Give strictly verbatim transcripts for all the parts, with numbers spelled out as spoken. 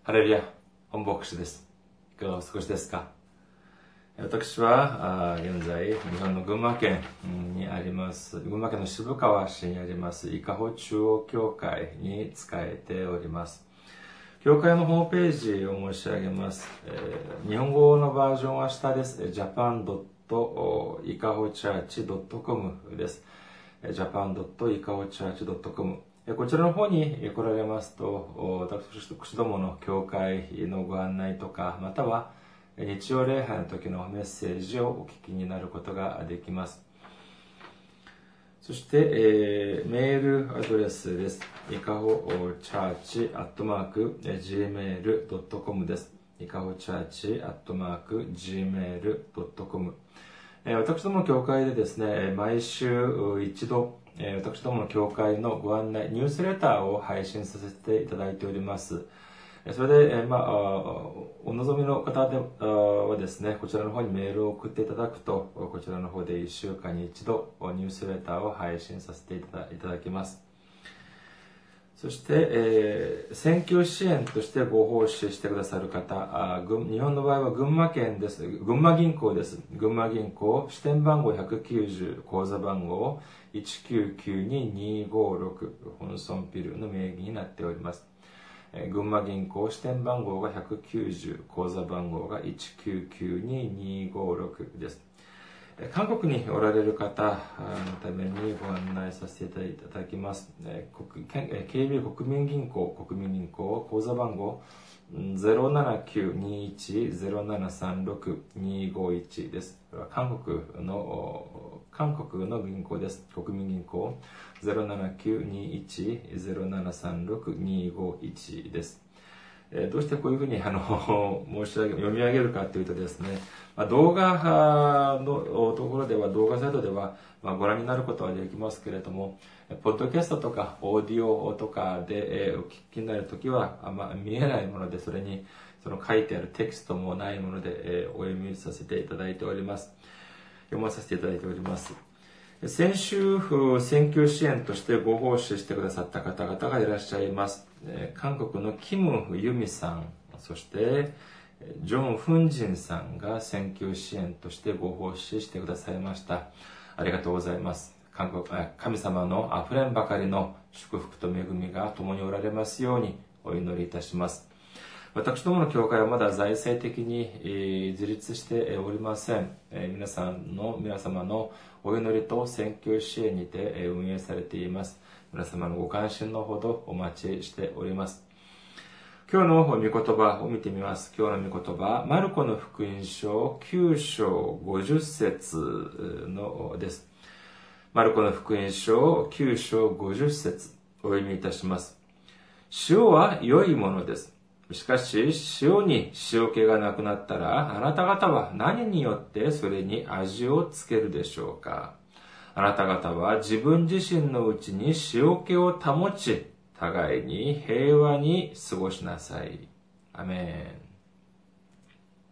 ハレルヤ、本牧師です。いかがお過ごしですか？私は現在、日本の群馬県にあります、群馬県の渋川市にあります、伊香保中央教会に仕えております。教会のホームページを申し上げます。えー、日本語のバージョンは下です。ジャパンドットイカホチャーチドットコム です。ジャパンドットイカホチャーチドットコム。こちらの方に来られますと、私どもの教会のご案内とか、または日曜礼拝の時のメッセージをお聞きになることができます。そして、えー、メールアドレスです。いかほチャーチアットマーク ジーメールドットコム です。いかほチャーチアットマーク ジーメールドットコム。私どもの教会でですね、毎週一度、私どもの教会のご案内、ニュースレターを配信させていただいております。それで、まあ、お望みの方ではですね、こちらの方にメールを送っていただくと、こちらの方でいっしゅうかんに一度ニュースレターを配信させていただきます。そして、えー、選挙支援としてご奉仕してくださる方、あ日本の場合は群馬県です。群馬銀行です。群馬銀行、支店番号ひゃくきゅうじゅう、口座番号いちきゅうきゅうににごろく、本村ピルの名義になっております。えー、群馬銀行、支店番号がひゃくきゅうじゅう、口座番号がいちきゅうきゅうににごろくです。韓国におられる方のためにご案内させていただきます。ケービー 国民銀行、国民銀行、口座番号 ゼロななきゅうにいちゼロななさんろくにごいち です。韓国の、韓国の銀行です。国民銀行 ゼロななきゅうにいちゼロななさんろくにごいち です。どうしてこういうふうにあの申し上げ読み上げるかというとですね、まあ、動画のところでは動画サイトでは、まあ、ご覧になることはできますけれども、ポッドキャストとかオーディオとかでお聞きになるときはあんま見えないもので、それにその書いてあるテキストもないものでお読みさせていただいております。読まさせていただいております。先週、選挙支援としてご奉仕してくださった方々がいらっしゃいます。韓国のキム・ユミさん、そしてジョン・フンジンさんが選挙支援としてご奉仕してくださいました。ありがとうございます。韓国、神様のあふれんばかりの祝福と恵みが共におられますようにお祈りいたします。私どもの教会はまだ財政的に自立しておりません。皆さんの、皆様のお祈りと選挙支援にて運営されています。皆様のご関心のほどお待ちしております。今日の御言葉を見てみます。今日の御言葉、マルコの福音書きゅうしょうごじゅっせつのです。マルコの福音書きゅうしょうごじゅっせつお読みいたします。塩は良いものです。しかし、塩に塩気がなくなったら、あなた方は何によってそれに味をつけるでしょうか。あなた方は自分自身のうちに塩気を保ち、互いに平和に過ごしなさい。アメン。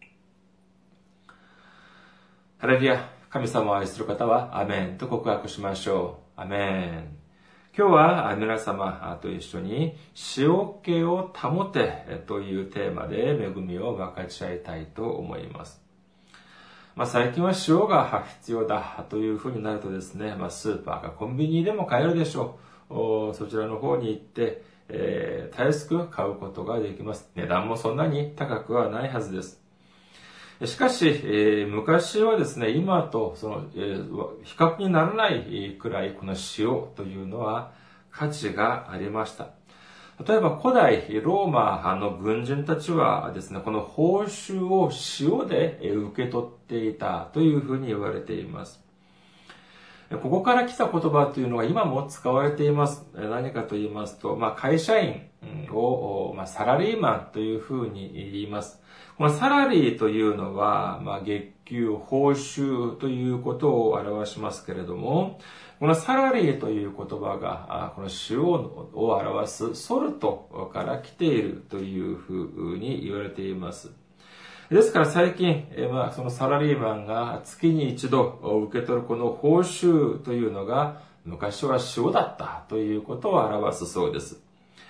ハレルヤ、神様を愛する方はアメンと告白しましょう。アメン。今日は皆様と一緒に塩気を保てというテーマで恵みを分かち合いたいと思います。まあ、最近は塩が必要だというふうになるとですね、まあ、スーパーかコンビニでも買えるでしょう。そちらの方に行って、えー、たやすく買うことができます。値段もそんなに高くはないはずです。しかし、えー、昔はですね、今とその、えー、比較にならないくらいこの塩というのは価値がありました。例えば古代ローマの軍人たちはですね、この報酬を塩で受け取っていたというふうに言われています。ここから来た言葉というのは今も使われています。何かと言いますと、まあ、会社員を、まあ、サラリーマンというふうに言います。このサラリーというのは、まあ、月給、報酬ということを表しますけれども、このサラリーという言葉が、この塩を表すソルトから来ているというふうに言われています。ですから最近、まあ、そのサラリーマンが月に一度受け取るこの報酬というのが昔は塩だったということを表すそうです。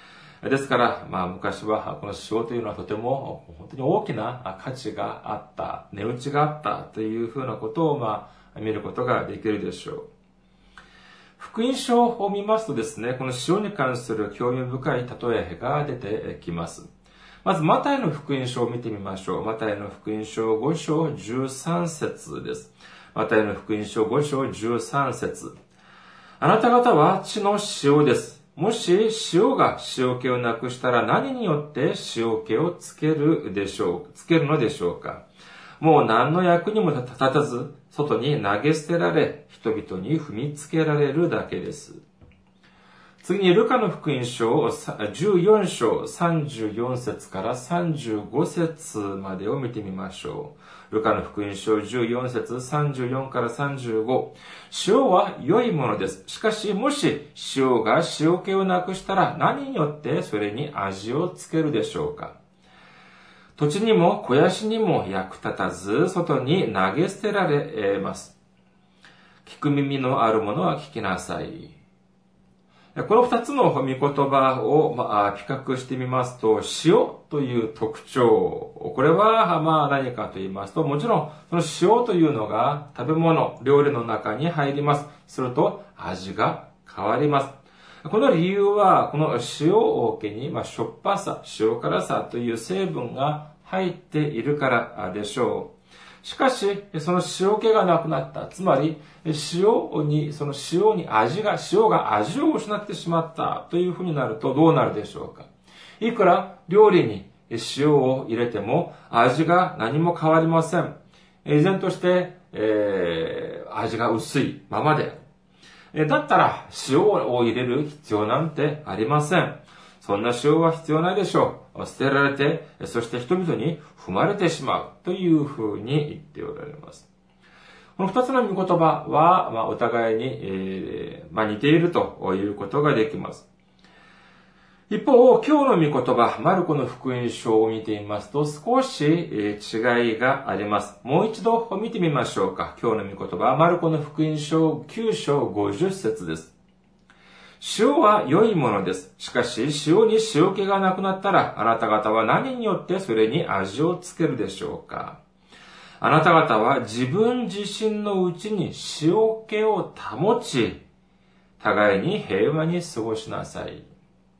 ですから、まあ昔はこの塩というのはとても本当に大きな価値があった、値打ちがあったというふうなことをまあ見ることができるでしょう。福音書を見ますとですね、この塩に関する興味深い例えが出てきます。まず、マタイの福音書を見てみましょう。マタイの福音書ご章じゅうさん節です。マタイの福音書ご章じゅうさん節。あなた方は地の塩です。もし塩が塩気をなくしたら何によって塩気をつけるでしょう、つけるのでしょうか。もう何の役にも立たず、外に投げ捨てられ、人々に踏みつけられるだけです。次に、ルカの福音書じゅうよん章さんじゅうよん節からさんじゅうご節までを見てみましょう。ルカの福音書じゅうよん節さんじゅうよんからさんじゅうご。塩は良いものです。しかし、もし塩が塩気をなくしたら何によってそれに味をつけるでしょうか。土地にも肥やしにも役立たず、外に投げ捨てられます。聞く耳のある者は聞きなさい。この二つの御言葉を、まあ、比較してみますと、塩という特徴、これは、まあ、何かと言いますと、もちろん、その塩というのが食べ物、料理の中に入ります。すると、味が変わります。この理由は、この塩気に、まあ、しょっぱさ、塩辛さという成分が入っているからでしょう。しかし、その塩気がなくなった。つまり、塩に、その塩に味が、塩が味を失ってしまったというふうになるとどうなるでしょうか。いくら料理に塩を入れても味が何も変わりません。依然として、えー、味が薄いままで。だったら塩を入れる必要なんてありません。そんな塩は必要ないでしょう。捨てられて、そして人々に踏まれてしまうというふうに言っておられます。この二つの御言葉は、まあ、お互いに、えーまあ、似ているということができます。一方、今日の御言葉、マルコの福音書を見てみますと、少し違いがあります。もう一度見てみましょうか。今日の御言葉、マルコの福音書きゅう章ごじゅっ節です。塩は良いものです。しかし、塩に塩気がなくなったら、あなた方は何によってそれに味をつけるでしょうか。あなた方は自分自身のうちに塩気を保ち、互いに平和に過ごしなさい。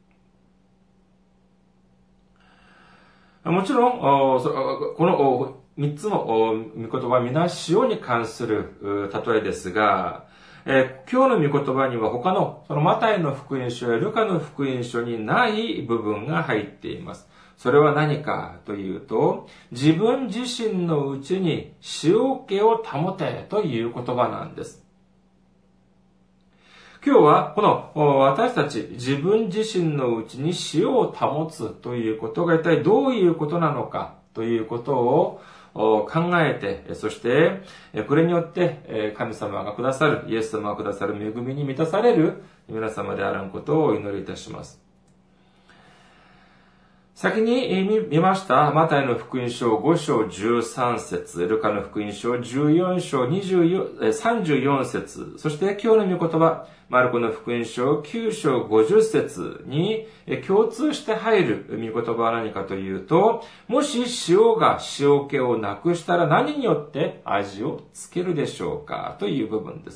もちろん、この三つの御言葉は皆塩に関する例えですが、えー、今日の御言葉には他の、そのマタイの福音書やルカの福音書にない部分が入っています。それは何かというと、自分自身のうちに塩気を保てという言葉なんです。今日はこの私たち自分自身のうちに塩を保つということが一体どういうことなのかということを考えて、そして、これによって神様がくださる、イエス様がくださる恵みに満たされる皆様であらんことをお祈りいたします。先に見ましたマタイの福音書ご章じゅうさん節、ルカの福音書じゅうよん章さんじゅうよん節、そして今日の御言葉、マルコの福音書きゅう章ごじゅっ節に共通して入る御言葉は何かというと、もし塩が塩気をなくしたら何によって味をつけるでしょうかという部分です。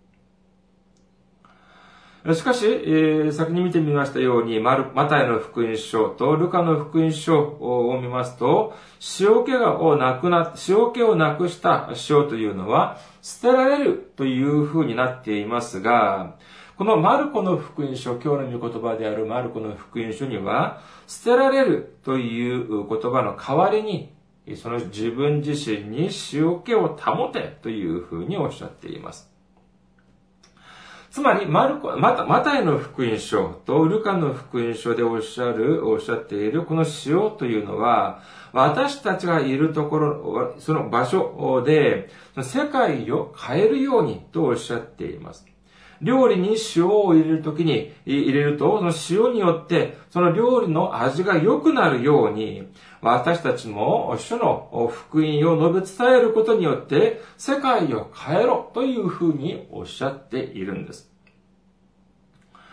しかし、えー、先に見てみましたように、マタイの福音書とルカの福音書を見ますと、塩気をなくな、塩気をなくした塩というのは、捨てられるという風になっていますが、このマルコの福音書、今日の御言葉であるマルコの福音書には、捨てられるという言葉の代わりに、その自分自身に塩気を保てという風におっしゃっています。つまり、マルコ、マタ、マタイの福音書とルカの福音書でおっしゃる、おっしゃっているこの塩というのは、私たちがいるところ、その場所で、世界を変えるようにとおっしゃっています。料理に塩を入れるときに、入れると、その塩によって、その料理の味が良くなるように、私たちも主の福音を述べ伝えることによって、世界を変えろというふうにおっしゃっているんです。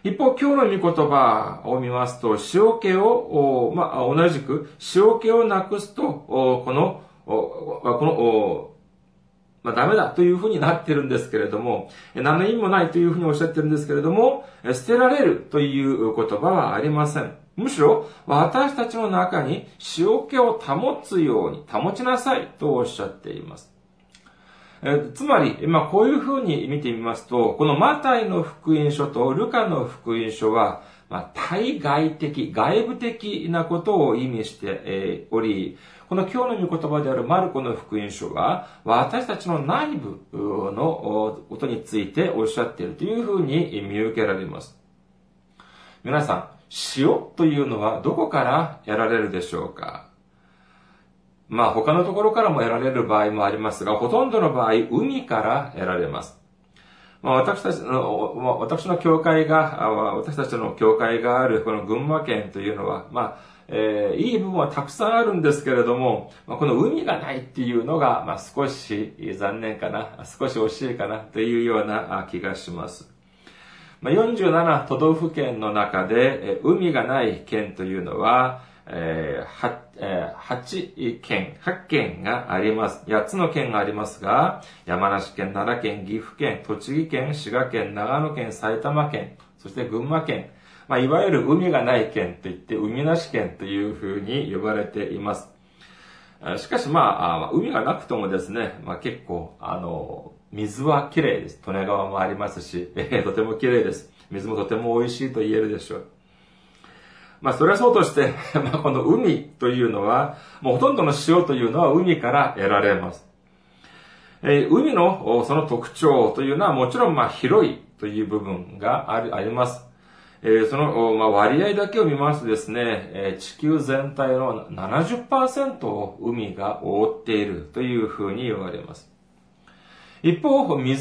一方、今日の御言葉を見ますと、塩気を、まあ、同じく、塩気をなくすと、この、この、まあ、ダメだというふうになっているんですけれども、何の意味もないというふうにおっしゃってるんですけれども、捨てられるという言葉はありません。むしろ、私たちの中に塩気を保つように、保ちなさいとおっしゃっています。えつまり、まあ、こういうふうに見てみますと、このマタイの福音書とルカの福音書は、まあ、対外的、外部的なことを意味して、えー、おり、この今日の御言葉であるマルコの福音書は、私たちの内部のことについておっしゃっているというふうに見受けられます。皆さん、塩というのはどこから得られるでしょうか？まあ他のところからも得られる場合もありますが、ほとんどの場合、海から得られます。まあ、私たちの、私の教会が、私たちの教会があるこの群馬県というのは、まあ、えー、いい部分はたくさんあるんですけれども、まあ、この海がないっていうのが、まあ、少し残念かな、少し惜しいかなというような気がします。まあ、よんじゅうなな都道府県の中で、海がない県というのは、えー、はち県、はち県があります。やっつの県がありますが、山梨県、奈良県、岐阜県、栃木県、滋賀県、長野県、埼玉県、そして群馬県。まあ、いわゆる海がない県といって、海なし県というふうに呼ばれています。しかし、まあ、海がなくともですね、まあ結構、あの、水はきれいです。利根川もありますし、えー、とてもきれいです。水もとても美味しいと言えるでしょう。まあ、それはそうとして、まあ、この海というのは、もうほとんどの塩というのは海から得られます。えー、海のその特徴というのはもちろん、まあ、広いという部分がある、あります。えー、その、まあ、割合だけを見ますとですね、えー、地球全体の ななじゅっパーセント を海が覆っているというふうに言われます。一方、湖、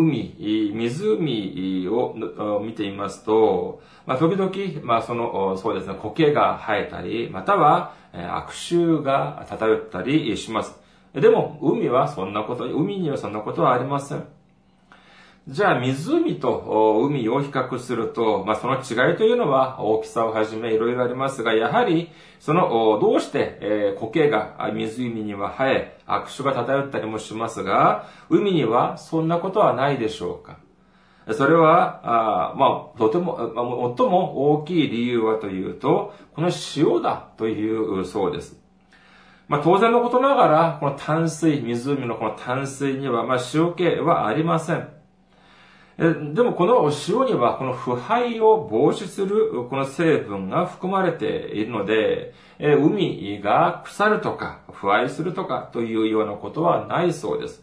湖を見てみますと、まあ、時々、まあ、その、そうですね、苔が生えたり、または、悪臭が漂ったりします。でも、海はそんなこと、海にはそんなことはありません。じゃあ、湖と海を比較すると、まあ、その違いというのは大きさをはじめいろいろありますが、やはり、その、どうして、えー、苔が湖には生え、悪臭が漂ったりもしますが、海にはそんなことはないでしょうか。それは、あまあ、とても、まあ、最も大きい理由はというと、この塩だというそうです。まあ、当然のことながら、この淡水、湖のこの淡水には、まあ、塩気はありません。でもこの塩にはこの腐敗を防止するこの成分が含まれているので、海が腐るとか腐敗するとかというようなことはないそうです。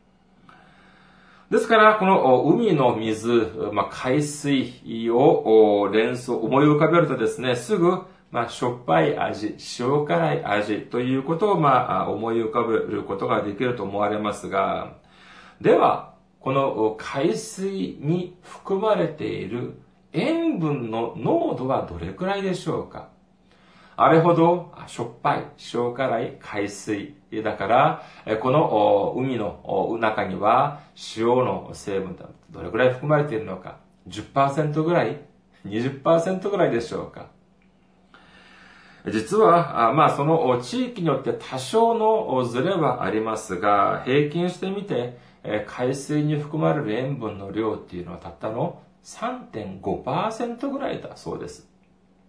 ですから、この海の水、まあ、海水を連想、思い浮かべるとですね、すぐ、まあ、しょっぱい味、塩辛い味ということを、まあ、思い浮かべることができると思われますが、では、この海水に含まれている塩分の濃度はどれくらいでしょうか？あれほどしょっぱい、塩辛い海水だから、この海の中には塩の成分がどれくらい含まれているのか？ じゅっパーセント ぐらい？ にじゅっパーセント ぐらいでしょうか？実は、まあその地域によって多少のズレはありますが、平均してみて、海水に含まれる塩分の量っていうのはたったの さんてんごパーセント ぐらいだそうです。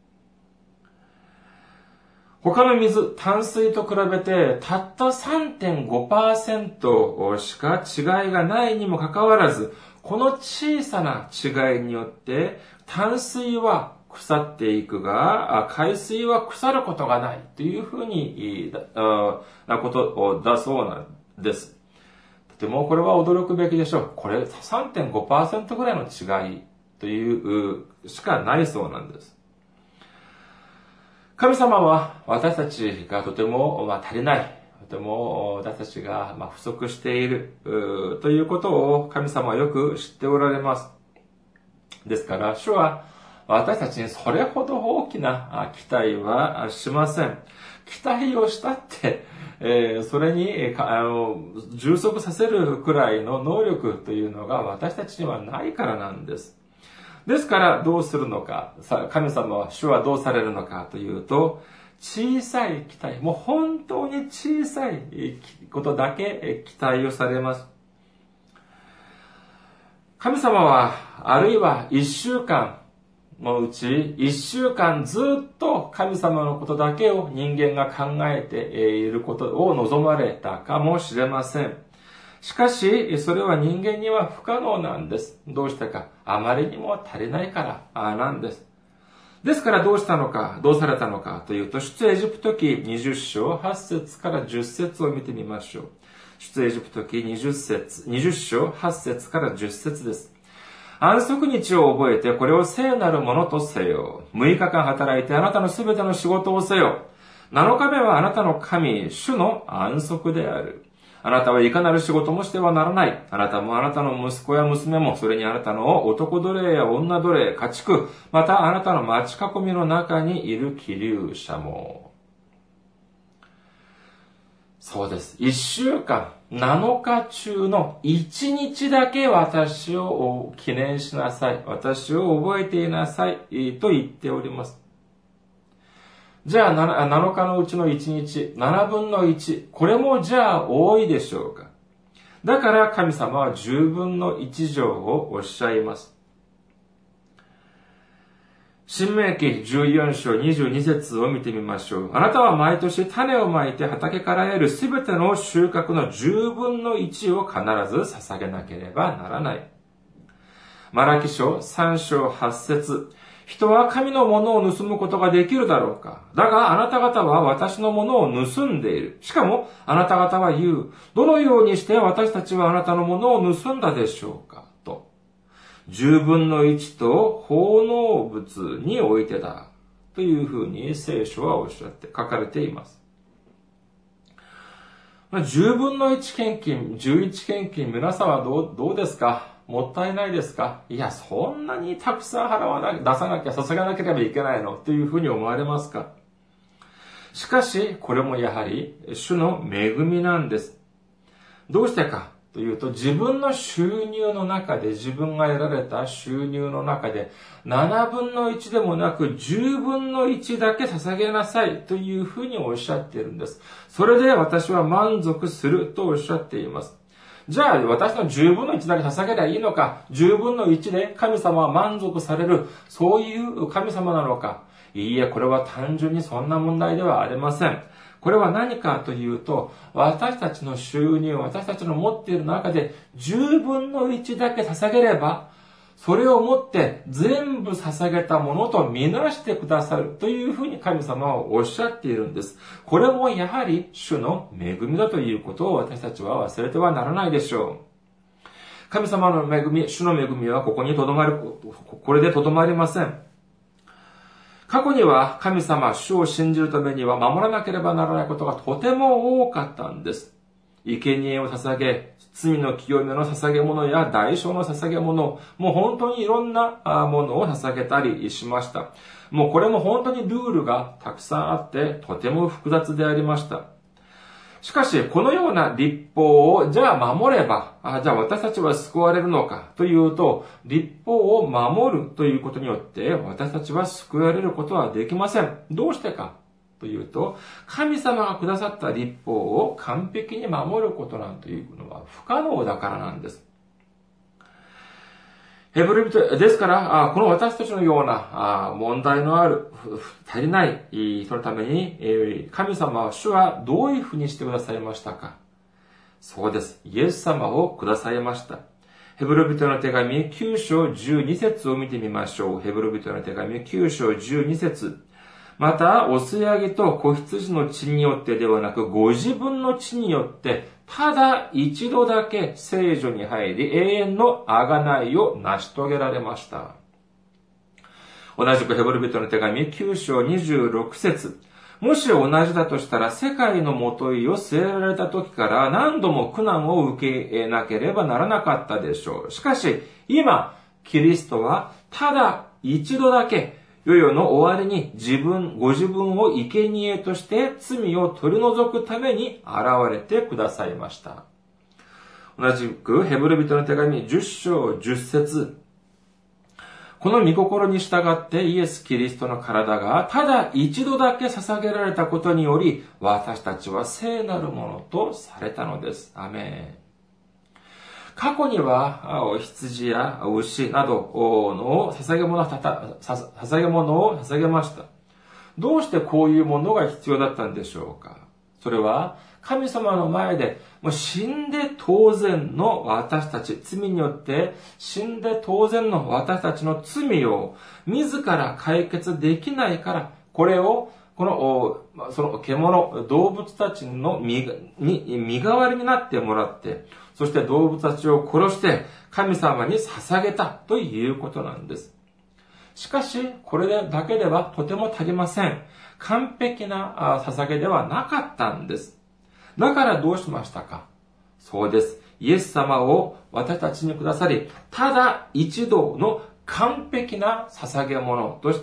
他の水、淡水と比べてたった さんてんごパーセント しか違いがないにもかかわらず、この小さな違いによって淡水は腐っていくが、海水は腐ることがないというふうになことだそうなんです。とてもこれは驚くべきでしょう。これ さんてんごパーセント ぐらいの違いというしかないそうなんです。神様は私たちがとても、まあ、足りない、とても私たちが、まあ、不足しているということを神様はよく知っておられます。ですから、主は私たちにそれほど大きな期待はしません。期待をしたって、えー、それにあの充足させるくらいの能力というのが私たちにはないからなんです。 ですからどうするのか、神様は、主はどうされるのかというと、小さい期待、もう本当に小さいことだけ期待をされます。神様は、あるいは一週間のうち、一週間ずっと神様のことだけを人間が考えていることを望まれたかもしれません。しかし、それは人間には不可能なんです。どうしてか、あまりにも足りないからなんです。ですからどうしたのか、どうされたのかというと、出エジプト記にじゅっ章はち節からじゅっ節を見てみましょう。出エジプト記にじゅっ節、にじゅっ章はち節からじゅっ節です。安息日を覚えてこれを聖なるものとせよ。むいかかん働いてあなたのすべての仕事をせよ。なのかめはあなたの神、主の安息である。あなたはいかなる仕事もしてはならない。あなたもあなたの息子や娘も、それにあなたの男奴隷や女奴隷、家畜、またあなたの町囲みの中にいる気流者も。そうです。一週間、なのか中の一日だけ私を記念しなさい。私を覚えていなさい。と言っております。じゃあ、なのかのうちのいちにち、ななぶんのいち。これもじゃあ多いでしょうか。だから神様はじゅうぶんのいち乗をおっしゃいます。申命記じゅうよん章にじゅうに節を見てみましょう。あなたは毎年種をまいて畑から得るすべての収穫のじゅうぶんのいちを必ず捧げなければならない。マラキ書さん章はち節。人は神のものを盗むことができるだろうか。だがあなた方は私のものを盗んでいる。しかもあなた方は言う。どのようにして私たちはあなたのものを盗んだでしょうか。と。十分の一と奉納物においてだ。というふうに聖書はおっしゃって書かれています。十分の一献金、十一献金、皆さんはどう、どうですか？もったいないですか？いや、そんなにたくさん払わな、出さなきゃ、捧げなければいけないのというふうに思われますか？しかし、これもやはり、主の恵みなんです。どうしてかというと、自分の収入の中で、自分が得られた収入の中で、ななぶんのいちでもなく、じゅうぶんのいちだけ捧げなさいというふうにおっしゃっているんです。それで私は満足するとおっしゃっています。じゃあ、私のじゅうぶんのいちだけ捧げればいいのか、じゅうぶんのいちで神様は満足される、そういう神様なのか。いいえ、これは単純にそんな問題ではありません。これは何かというと、私たちの収入、私たちの持っている中でじゅうぶんのいちだけ捧げれば、それをもって全部捧げたものとみなしてくださるというふうに神様はおっしゃっているんです。これもやはり主の恵みだということを私たちは忘れてはならないでしょう。神様の恵み、主の恵みはここにとどまる、これでとどまりません。過去には神様、主を信じるためには守らなければならないことがとても多かったんです。生贄を捧げ、罪の清めの捧げ物や代償の捧げ物、もう本当にいろんなものを捧げたりしました。もうこれも本当にルールがたくさんあって、とても複雑でありました。しかし、このような律法をじゃあ守れば、あじゃあ私たちは救われるのかというと、律法を守るということによって私たちは救われることはできません。どうしてかというと、神様がくださった律法を完璧に守ることなんていうのは不可能だからなんです。ヘブル人ですから、この私たちのような問題のある、足りない人のために、神様は主はどういうふうにしてくださいましたか？そうです。イエス様をくださいました。ヘブル人の手紙きゅう章じゅうに節を見てみましょう。ヘブル人の手紙きゅう章じゅうに節。また、お素揚げと子羊の血によってではなく、ご自分の血によって、ただ一度だけ聖所に入り、永遠の贖いを成し遂げられました。同じくヘブル人の手紙きゅう章にじゅうろく節。もし同じだとしたら、世界のもといを据えられた時から何度も苦難を受けなければならなかったでしょう。しかし、今、キリストはただ一度だけ、世々の終わりに自分、ご自分を生贄として罪を取り除くために現れてくださいました。同じくヘブル人の手紙じゅっ章じゅっ節。 この御心に従ってイエス・キリストの体がただ一度だけ捧げられたことにより、私たちは聖なるものとされたのです。アメン。過去には、羊や牛などの捧げ物を捧げ物を捧げました。どうしてこういうものが必要だったんでしょうか。それは、神様の前で、もう死んで当然の私たち、罪によって死んで当然の私たちの罪を自ら解決できないから、これを、この、その獣、動物たちの身に、身代わりになってもらって、そして動物たちを殺して神様に捧げたということなんです。しかし、これだけではとても足りません。完璧な捧げではなかったんです。だからどうしましたか？そうです。イエス様を私たちにくださり、ただ一度の完璧な捧げ物として、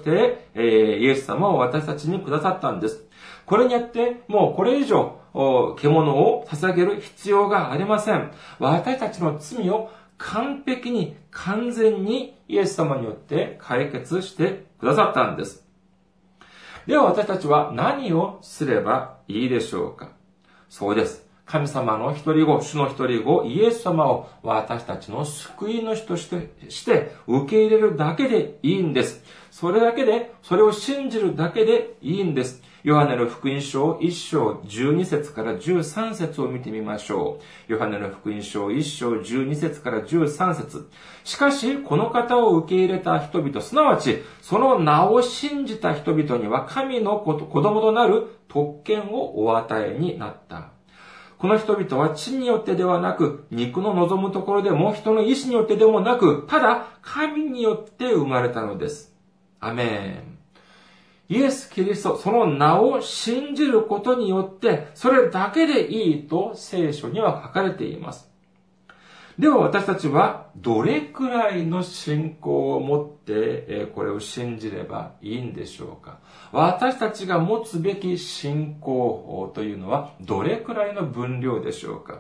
えー、イエス様を私たちにくださったんです。これによって、もうこれ以上、獣を捧げる必要がありません。私たちの罪を完璧に、完全にイエス様によって解決してくださったんです。では私たちは何をすればいいでしょうか？そうです。神様の一人子、主の一人子、イエス様を私たちの救い主として、して受け入れるだけでいいんです。それだけで、それを信じるだけでいいんです。ヨハネの福音書いっ章じゅうに節からじゅうさん節を見てみましょう。ヨハネの福音書いっ章じゅうに節からじゅうさん節。しかし、この方を受け入れた人々、すなわち、その名を信じた人々には神の子供となる特権をお与えになった。この人々は地によってではなく、肉の望むところでも人の意志によってでもなく、ただ神によって生まれたのです。アメン。イエス・キリスト、その名を信じることによって、それだけでいいと聖書には書かれています。では私たちはどれくらいの信仰を持ってこれを信じればいいんでしょうか？私たちが持つべき信仰というのはどれくらいの分量でしょうか？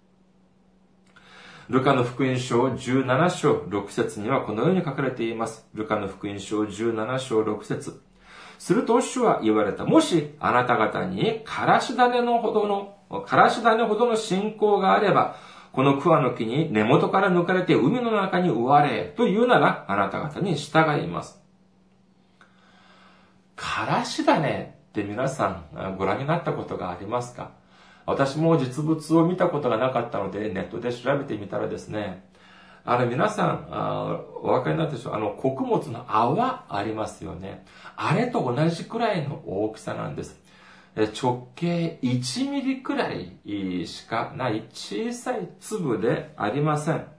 ルカの福音書じゅうなな章ろく節にはこのように書かれています。ルカの福音書じゅうなな章ろく節。すると主は言われた。もしあなた方にからし種のほどの、からし種ほどの信仰があれば、この桑の木に根元から抜かれて海の中に植われというなら、あなた方に従います。からし種って皆さんご覧になったことがありますか？私も実物を見たことがなかったので、ネットで調べてみたらですね、あれ皆さん、あお分かりになったでしょう。あの、穀物の泡ありますよね。あれと同じくらいの大きさなんです。直径いちミリくらいしかない小さい粒でありません。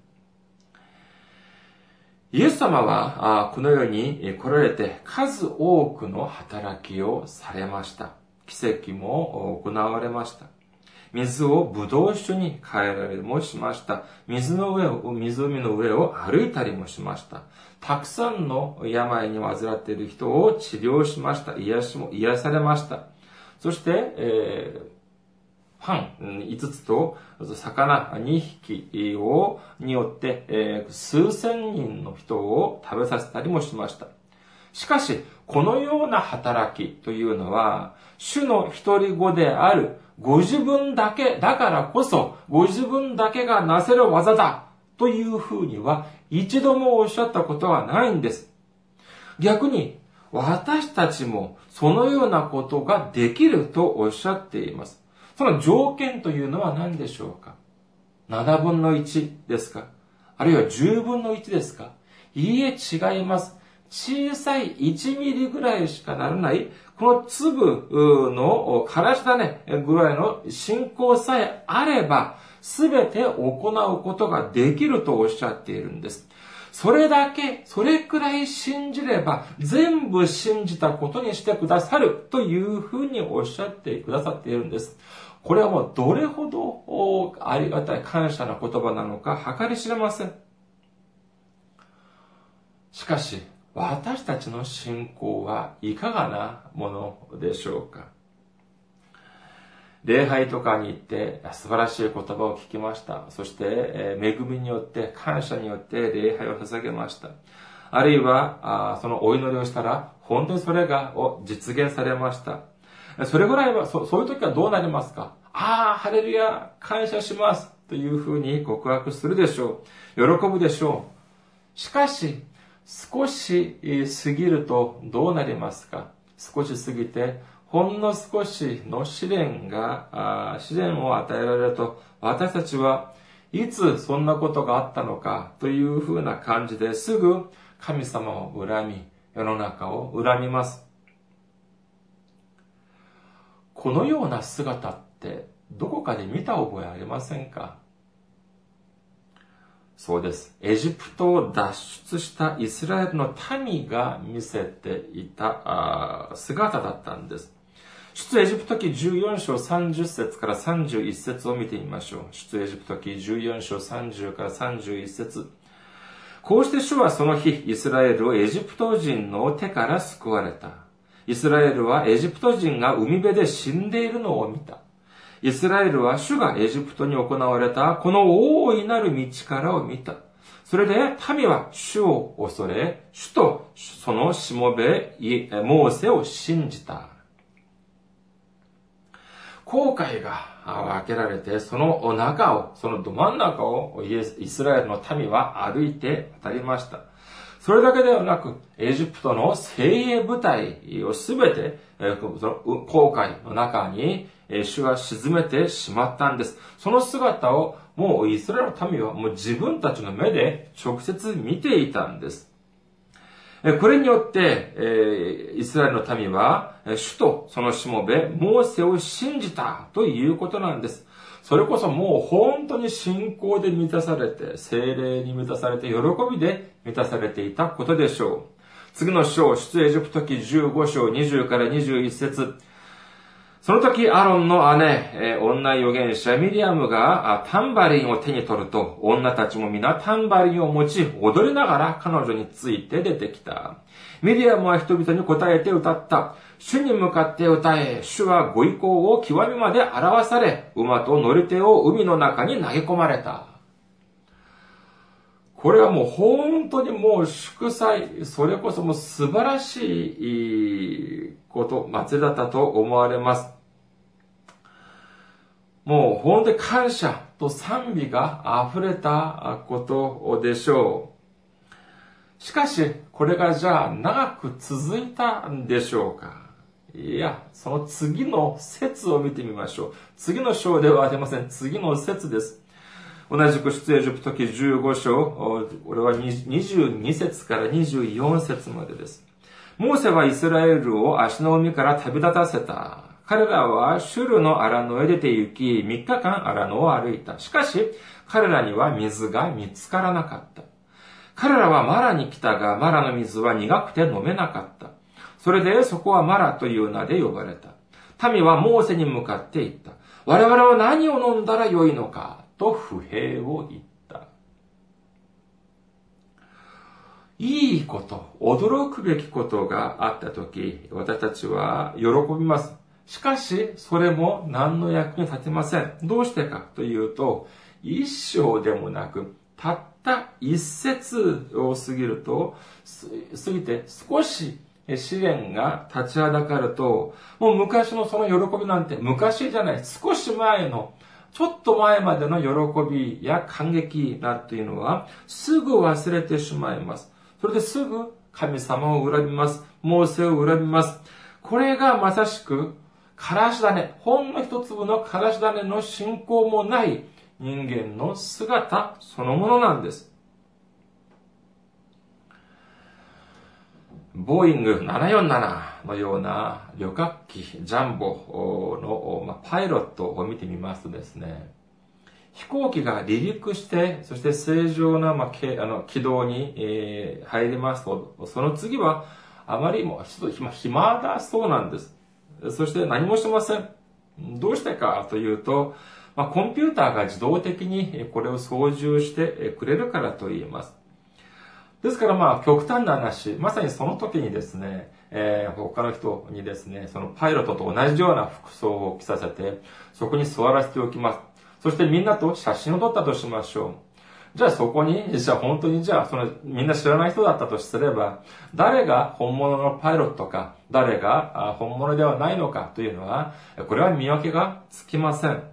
イエス様はこの世に来られて数多くの働きをされました。奇跡も行われました。水をブドウ酒に変えられもしました。水の上を、湖の上を歩いたりもしました。たくさんの病に患っている人を治療しました。癒しも、癒されました。そして、えー、パンいつつと魚に匹を、によって、えー、数千人の人を食べさせたりもしました。しかし、このような働きというのは、主の一人子であるご自分だけ、だからこそ、ご自分だけがなせる技だというふうには一度もおっしゃったことはないんです。逆に、私たちもそのようなことができるとおっしゃっています。その条件というのは何でしょうか？ななぶんのいちですか？あるいはじゅうぶんのいちですか？いいえ、違います。小さいいちミリぐらいしかならない、この粒のからし種ぐらいの信仰さえあれば、すべて行うことができるとおっしゃっているんです。それだけ、それくらい信じれば、全部信じたことにしてくださるというふうにおっしゃってくださっているんです。これはもうどれほどありがたい感謝の言葉なのか計り知れません。しかし、私たちの信仰はいかがなものでしょうか？礼拝とかに行って素晴らしい言葉を聞きました。そして、恵みによって、感謝によって礼拝を捧げました。 あるいは、あそのお祈りをしたら、本当にそれが実現されました。それぐらいは、そそういう時はどうなりますか？ああ、ハレルヤ、感謝します。というふうに告白するでしょう。喜ぶでしょう。しかし、少し過ぎるとどうなりますか？少し過ぎて、ほんの少しの試練が、試練を与えられると、私たちはいつそんなことがあったのかというふうな感じですぐ神様を恨み、世の中を恨みます。このような姿ってどこかで見た覚えありませんか？そうです。エジプトを脱出したイスラエルの民が見せていた姿だったんです。出エジプト記じゅうよん章さんじゅっ節からさんじゅういち節を見てみましょう。出エジプト記じゅうよん章さんじゅうからさんじゅういち節。こうして主はその日、イスラエルをエジプト人の手から救われた。イスラエルはエジプト人が海辺で死んでいるのを見た。イスラエルは主がエジプトに行われたこの大いなる道からを見た。それで民は主を恐れ、主とそのしもべモーセを信じた。紅海が分けられて、その中を、そのど真ん中をイスラエルの民は歩いて渡りました。それだけではなく、エジプトの精鋭部隊をすべて、その紅海の中に主は沈めてしまったんです。その姿をもうイスラエルの民はもう自分たちの目で直接見ていたんです。これによって、イスラエルの民は主とそのしもべ、モーセを信じたということなんです。それこそもう本当に信仰で満たされて、聖霊に満たされて、喜びで満たされていたことでしょう。次の章、出エジプト記じゅうご章にじゅうからにじゅういち節。その時、アロンの姉、女預言者ミリアムがタンバリンを手に取ると、女たちも皆タンバリンを持ち、踊りながら彼女について出てきた。ミリアムは人々に答えて歌った。主に向かって歌え、主はご意向を極みまで表され、馬と乗り手を海の中に投げ込まれた。これはもう本当にもう祝祭、それこそもう素晴らしいこと、祭りだったと思われます。もう本当に感謝と賛美が溢れたことでしょう。しかし、これがじゃあ長く続いたんでしょうか？いや、その次の節を見てみましょう。次の章ではありません。次の節です。同じく出エジプト記じゅうご章、これはにじゅうに節からにじゅうよん節までです。モーセはイスラエルを足の海から旅立たせた。彼らはシュルの荒野へ出て行き、みっかかん荒野を歩いた。しかし、彼らには水が見つからなかった。彼らはマラに来たが、マラの水は苦くて飲めなかった。それでそこはマラという名で呼ばれた。民はモーセに向かって言った。我々は何を飲んだらよいのかと不平を言った。いいこと、驚くべきことがあったとき、私たちは喜びます。しかし、それも何の役に立てません。どうしてかというと、一章でもなく、たった一節を過ぎると、過ぎて少し試練が立ちはだかると、もう昔のその喜びなんて昔じゃない、少し前の、ちょっと前までの喜びや感激なんていうのは、すぐ忘れてしまいます。それですぐ神様を恨みます。モーセを恨みます。これがまさしく、からし種、ほんの一粒のからし種の信仰もない人間の姿そのものなんです。ボーイングななよんななのような旅客機ジャンボのパイロットを見てみますとですね、飛行機が離陸して、そして正常な、まあ、けあの軌道に、えー、入りますと、その次はあまりもちょっと暇、暇だそうなんです。そして何もしてません。どうしてかというと、まあ、コンピューターが自動的にこれを操縦してくれるからと言います。ですからまあ極端な話、まさにその時にですね、えー、他の人にですね、そのパイロットと同じような服装を着させて、そこに座らせておきます。そしてみんなと写真を撮ったとしましょじゃあそこに、じゃあ本当にじゃあそのみんな知らない人だったとすれば、誰が本物のパイロットか、誰が本物ではないのかというのは、これは見分けがつきません。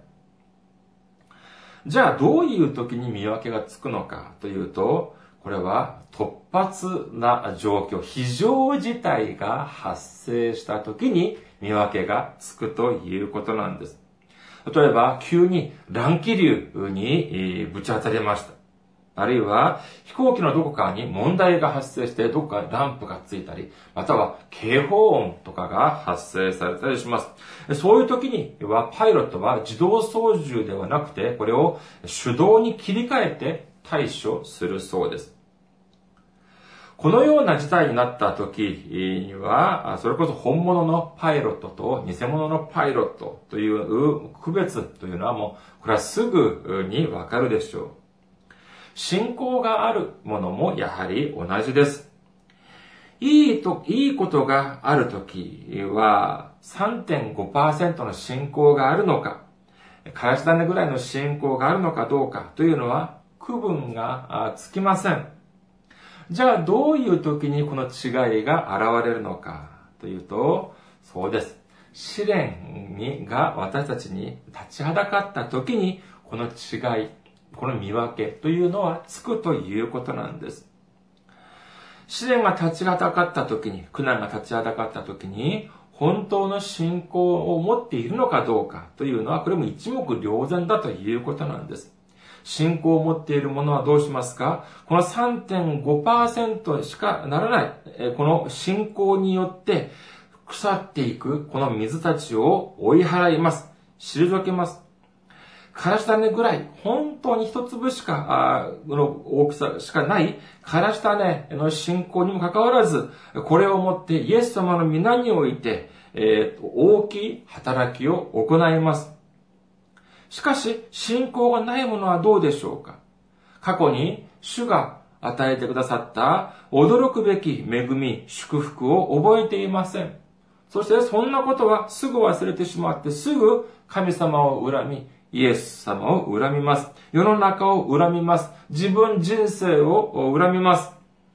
じゃあどういう時に見分けがつくのかというと、これは突発な状況、非常事態が発生した時に見分けがつくということなんです。例えば、急に乱気流にぶち当たりました。あるいは、飛行機のどこかに問題が発生して、どこかランプがついたり、または警報音とかが発生されたりします。そういう時には、パイロットは自動操縦ではなくて、これを手動に切り替えて対処するそうです。このような事態になった時には、それこそ本物のパイロットと偽物のパイロットという区別というのはもう、これはすぐにわかるでしょう。信仰があるものもやはり同じです。いいと、いいことがあるときは さんてんごパーセント の信仰があるのか、からし種ぐらいの信仰があるのかどうかというのは区分がつきません。じゃあどういう時にこの違いが現れるのかというと、そうです。試練にが私たちに立ちはだかった時にこの違い、この見分けというのはつくということなんです。試練が立ちはだかった時に、苦難が立ちはだかった時に、本当の信仰を持っているのかどうかというのは、これも一目瞭然だということなんです。信仰を持っている者はどうしますか？この さんてんごパーセント しかならない、この信仰によって腐っていくこの水たちを追い払います。退けます。からし種ぐらい、本当に一粒しか、あの大きさしかない、からし種の信仰にもかかわらず、これをもってイエス様の皆において、えー、大きい働きを行います。しかし、信仰がないものはどうでしょうか？過去に主が与えてくださった驚くべき恵み、祝福を覚えていません。そしてそんなことはすぐ忘れてしまって、すぐ神様を恨み、イエス様を恨みます。世の中を恨みます。自分人生を恨みます。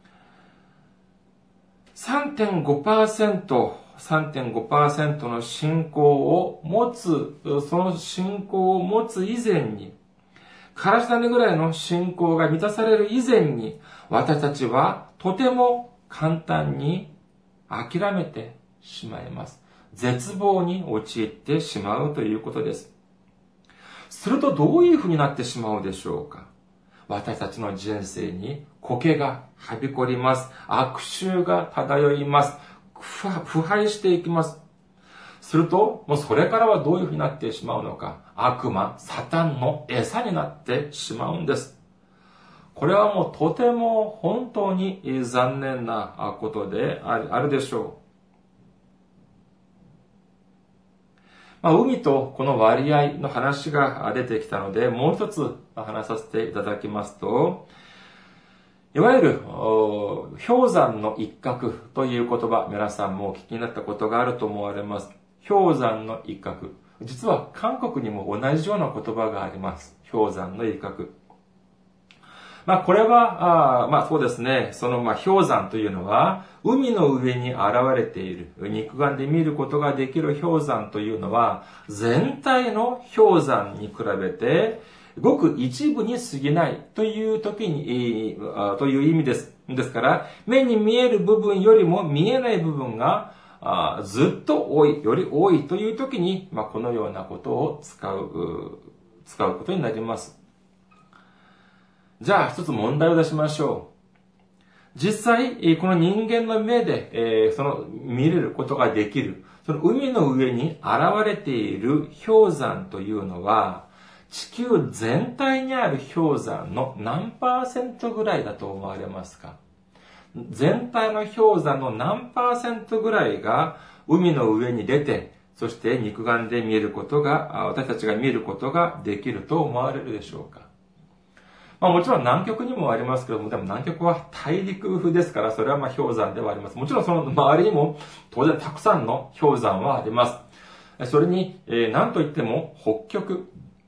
さんてんごパーセント、さんてんごパーセント の信仰を持つ、その信仰を持つ以前に、からし種ぐらいの信仰が満たされる以前に、私たちはとても簡単に諦めてしまいます。絶望に陥ってしまうということです。するとどういうふうになってしまうでしょうか？私たちの人生に苔がはびこります。悪臭が漂います。腐敗していきます。すると、もうそれからはどういうふうになってしまうのか。悪魔、サタンの餌になってしまうんです。これはもうとても本当に残念なことであるでしょう。まあ、海とこの割合の話が出てきたので、もう一つ話させていただきますと、いわゆる氷山の一角という言葉、皆さんもお聞きになったことがあると思われます。氷山の一角。実は韓国にも同じような言葉があります。氷山の一角。まあこれは、あまあそうですね、そのまあ氷山というのは、海の上に現れている、肉眼で見ることができる氷山というのは、全体の氷山に比べて、ごく一部に過ぎないという時に、という意味です。ですから、目に見える部分よりも見えない部分が、ずっと多い、より多いという時に、まあこのようなことを使う、使うことになります。じゃあ一つ問題を出しましょう。実際、この人間の目で、えー、その見れることができる、その海の上に現れている氷山というのは、地球全体にある氷山の何パーセントぐらいだと思われますか？全体の氷山の何パーセントぐらいが海の上に出て、そして肉眼で見えることが、私たちが見えることができると思われるでしょうか？まあもちろん南極にもありますけども、でも南極は大陸ですから、それはまあ氷山ではあります。もちろんその周りにも当然たくさんの氷山はあります。それに、えー、何と言っても北極。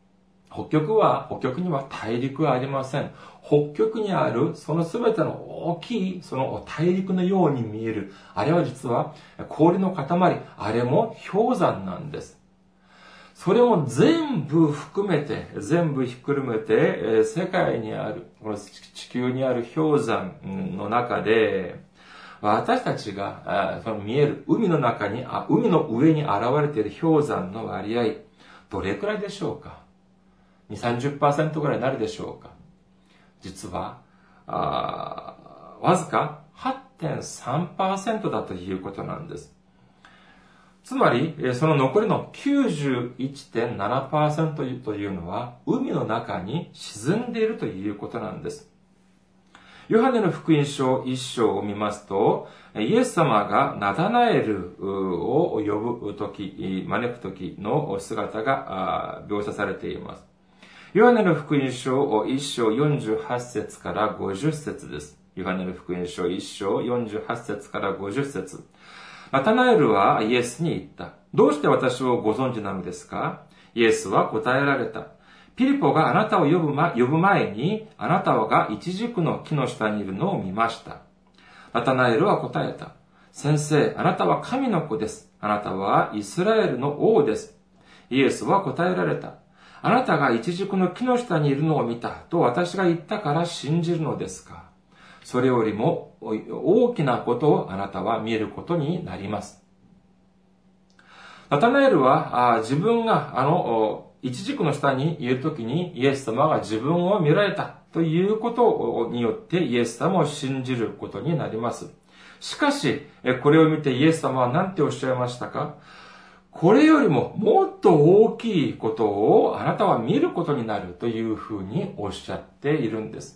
北極は、北極には大陸はありません。北極にある、そのすべての大きい、その大陸のように見える。あれは実は氷の塊、あれも氷山なんです。それも全部含めて、全部ひっくるめて、世界にある、この地球にある氷山の中で、私たちがその見える海の中に、海の上に現れている氷山の割合、どれくらいでしょうか？にじゅう、さんじゅっパーセント ぐらいになるでしょうか？実は、あわずか はってんさんパーセント だということなんです。つまり、その残りの きゅうじゅういちてんななパーセント というのは、海の中に沈んでいるということなんです。ヨハネの福音書一章を見ますと、イエス様がナタナエルを呼ぶとき、招くときの姿が描写されています。ヨハネの福音書一章よんじゅうはち節からごじゅっ節です。ヨハネの福音書一章よんじゅうはち節からごじゅっ節。ナタナエルはイエスに言った。どうして私をご存知なのですか？イエスは答えられた。ピリポがあなたを呼ぶ前に、あなたがイチジクの木の下にいるのを見ました。ナタナエルは答えた。先生、あなたは神の子です。あなたはイスラエルの王です。イエスは答えられた。あなたがイチジクの木の下にいるのを見たと私が言ったから信じるのですか？それよりも大きなことをあなたは見えることになります。ナタナエルは自分があのイチジクの下にいるときにイエス様が自分を見られたということによってイエス様を信じることになります。しかし、これを見てイエス様は何ておっしゃいましたか？これよりももっと大きいことをあなたは見ることになるというふうにおっしゃっているんです。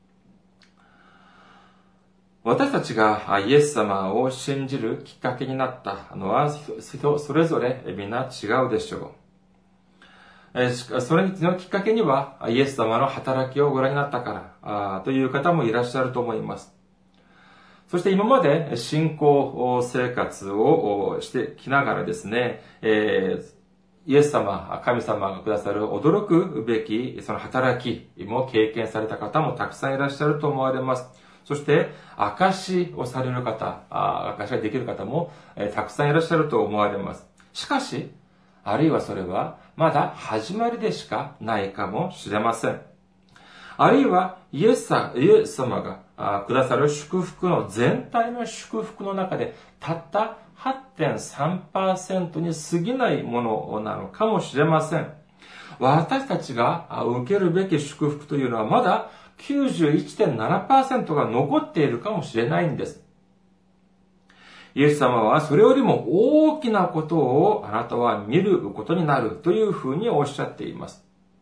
私たちがイエス様を信じるきっかけになったのは人それぞれみんな違うでしょう。それのきっかけにはイエス様の働きをご覧になったからという方もいらっしゃると思います。そして今まで信仰生活をしてきながらですね、えー、イエス様、神様がくださる驚くべきその働きも経験された方もたくさんいらっしゃると思われます。そして、証しをされる方、証しができる方も、えー、たくさんいらっしゃると思われます。しかし、あるいはそれはまだ始まりでしかないかもしれません。あるいはイエス様がくださる祝福の全体の祝福の中でたった はってんさんパーセント に過ぎないものなのかもしれません。私たちが受けるべき祝福というのはまだ きゅうじゅういちてんななパーセント が残っているかもしれないんです。イエス様はそれよりも大きなことをあなたは見ることになるというふうにおっしゃっています。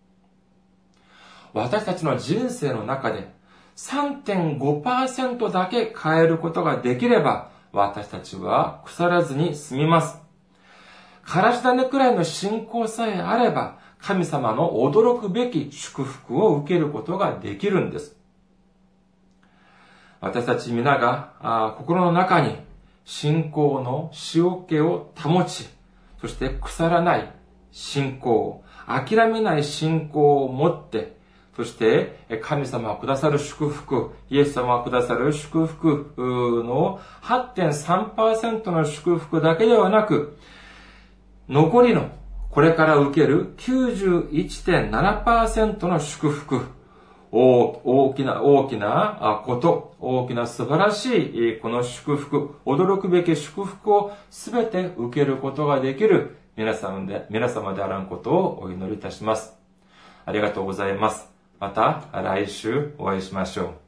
私たちの人生の中で さんてんごパーセント だけ変えることができれば私たちは腐らずに済みます。からし種くらいの信仰さえあれば神様の驚くべき祝福を受けることができるんです。私たち皆が心の中に信仰の塩気を保ち、そして腐らない信仰、諦めない信仰を持って、そして神様がくださる祝福、イエス様がくださる祝福の はってんさんパーセント の祝福だけではなく、残りのこれから受ける きゅうじゅういちてんななパーセント の祝福、大きな、大きなこと、大きな素晴らしいこの祝福、驚くべき祝福をすべて受けることができる皆様で、皆様であらんことをお祈りいたします。ありがとうございます。また来週お会いしましょう。